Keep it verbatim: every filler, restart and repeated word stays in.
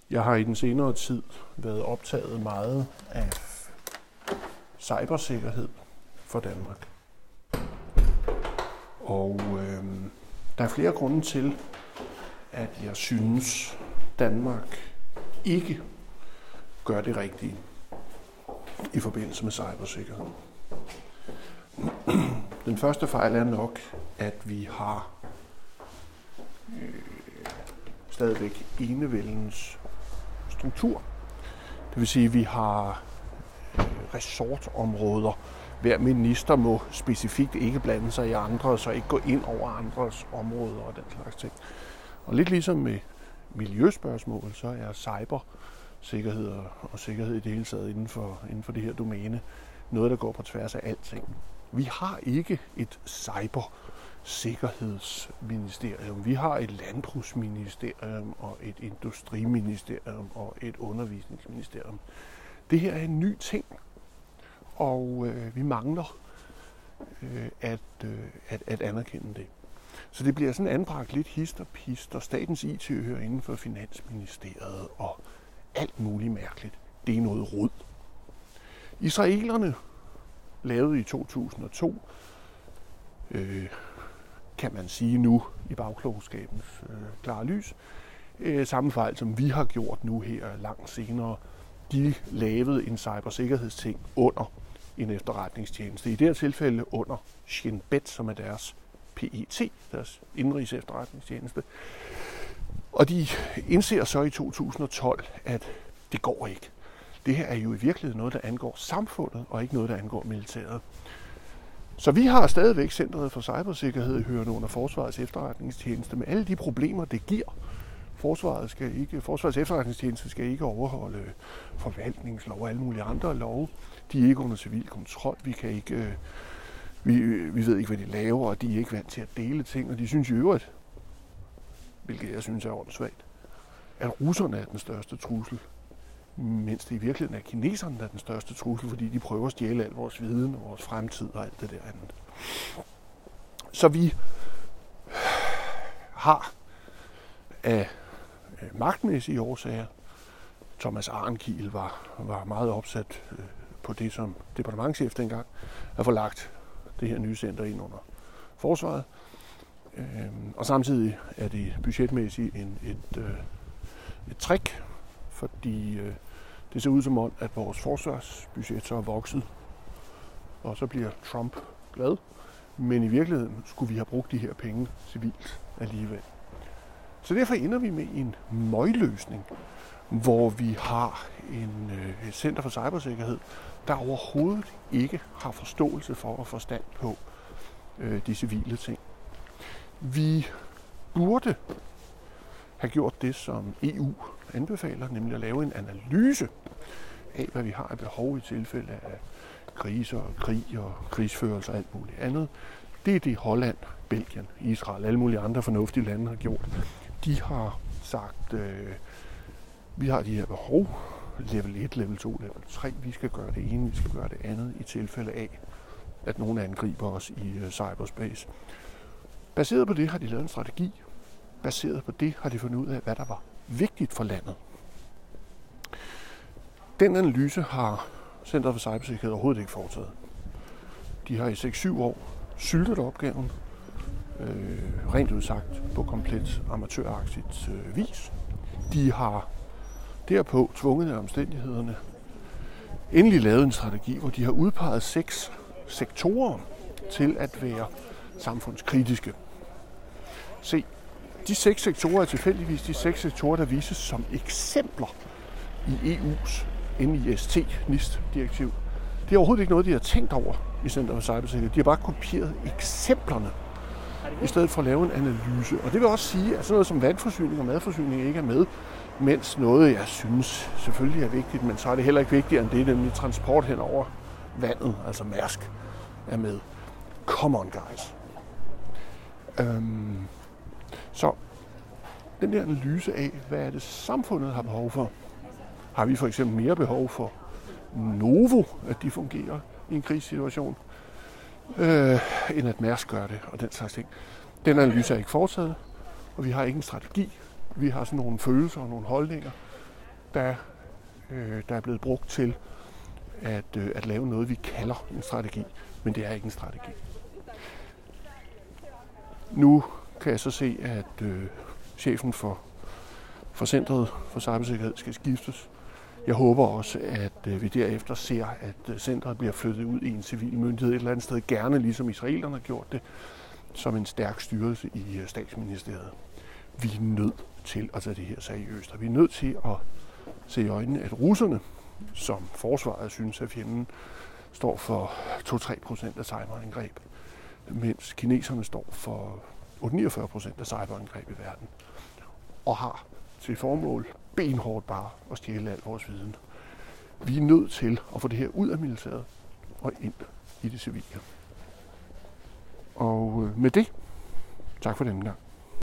Jeg har i den senere tid været optaget meget af cybersikkerhed for Danmark. Og øh, der er flere grunde til, at jeg synes, Danmark ikke gør det rigtige i forbindelse med cybersikkerhed. Den første fejl er nok, at vi har øh, stadigvæk enevældens struktur. Det vil sige, at vi har øh, resortområder. Hver minister må specifikt ikke blande sig i andre, så ikke gå ind over andres områder og den slags ting. Og lidt ligesom med miljøspørgsmål, så er cybersikkerhed og sikkerhed i det hele taget inden for, inden for det her domæne noget, der går på tværs af alting. Vi har ikke et cybersikkerhedsministerium. Vi har et landbrugsministerium og et industriministerium og et undervisningsministerium. Det her er en ny ting, og øh, vi mangler øh, at, øh, at, at anerkende det. Så det bliver sådan anbragt lidt hist og pist, og statens I T hører inden for Finansministeriet og alt muligt mærkeligt. Det er noget rod. Israelerne lavede i to tusind og to, øh, kan man sige nu i bagklogskabens øh, klare lys, øh, samme fejl som vi har gjort nu her langt senere. De lavede en cybersikkerhedsting under en efterretningstjeneste. I det her tilfælde under Shin Bet, som er deres P E T, deres indrigs efterretningstjeneste. Og de indser så i to tusind og tolv, at det går ikke. Det her er jo i virkeligheden noget, der angår samfundet, og ikke noget, der angår militæret. Så vi har stadigvæk Centret for Cybersikkerhed hørende under Forsvarets efterretningstjeneste med alle de problemer, det giver. Forsvaret skal ikke, Forsvarets efterretningstjeneste skal ikke overholde forvaltningslov og alle mulige andre love. De er ikke under civil kontrol. Vi kan ikke, vi, vi ved ikke, hvad de laver, og de er ikke vant til at dele ting. Og de synes i øvrigt, hvilket jeg synes er åndssvagt, at russerne er den største trussel, mens det i virkeligheden er kineserne, der er den største trussel, fordi de prøver at stjæle al vores viden og vores fremtid og alt det der andet. Så vi har af magtmæssige årsager, Thomas Arnkiel var, var meget opsat på det som departementschef dengang, at få lagt det her nye center ind under forsvaret. Og samtidig er det budgetmæssigt en, et, et trick, fordi det ser ud som om, at vores forsvarsbudget så er vokset, og så bliver Trump glad. Men i virkeligheden skulle vi have brugt de her penge civilt alligevel. Så derfor ender vi med en møgløsning, hvor vi har en, øh, et center for cybersikkerhed, der overhovedet ikke har forståelse for og forstand på øh, de civile ting. Vi burde have gjort det, som E U anbefaler, nemlig at lave en analyse af, hvad vi har af behov i tilfælde af kriser, og krig og krigsførelse og alt muligt andet. Det er det Holland, Belgien, Israel og alle mulige andre fornuftige lande har gjort. De har sagt, øh, vi har de her behov, level et, level to, level tre, vi skal gøre det ene, vi skal gøre det andet i tilfælde af, at nogen angriber os i øh, cyberspace. Baseret på det har de lavet en strategi. Baseret på det har de fundet ud af, hvad der var vigtigt for landet. Den analyse har Centret for Cybersikkerhed overhovedet ikke foretaget. De har i seks syv år syltet opgaven, øh, rent udsagt på komplet amatøragtigt øh, vis. De har derpå tvunget af omstændighederne endelig lavet en strategi, hvor de har udpeget seks sektorer til at være samfundskritiske. Se, de seks sektorer er tilfældigvis de seks sektorer, der vises som eksempler i E U's N I S T, N I S T-direktiv. Det er overhovedet ikke noget, de har tænkt over i Center for Cybersikkerhed. De har bare kopieret eksemplerne, i stedet for at lave en analyse. Og det vil også sige, at sådan noget som vandforsyning og madforsyning ikke er med, mens noget, jeg synes selvfølgelig er vigtigt, men så er det heller ikke vigtigere end det, nemlig transport hen over vandet, altså Mærsk, er med. Come on, guys. Øhm, så den der analyse af, hvad er det samfundet har behov for? Har vi for eksempel mere behov for Novo, at de fungerer i en krigssituation, øh, end at Mærsk gør det, og den slags ting. Den analyse er ikke foretaget, og vi har ikke en strategi. Vi har sådan nogle følelser og nogle holdninger, der, øh, der er blevet brugt til at, øh, at lave noget, vi kalder en strategi, men det er ikke en strategi. Nu kan jeg så se, at øh, chefen for, for Centret for Cybersikkerhed skal skiftes. Jeg håber også, at øh, vi derefter ser, at øh, centret bliver flyttet ud i en civil myndighed et eller andet sted, gerne ligesom israelerne har gjort det, som en stærk styrelse i øh, statsministeriet. Vi er nødt til at tage det her seriøst, og vi er nødt til at se i øjnene, at russerne, som forsvaret synes, at fjenden står for to til tre procent af cyberangreb, mens kineserne står for otte til niogfyrre procent af cyberangreb i verden, og har til formål benhårdt bare at stjæle al vores viden. Vi er nødt til at få det her ud af militæret og ind i det civile. Og med det, tak for denne gang.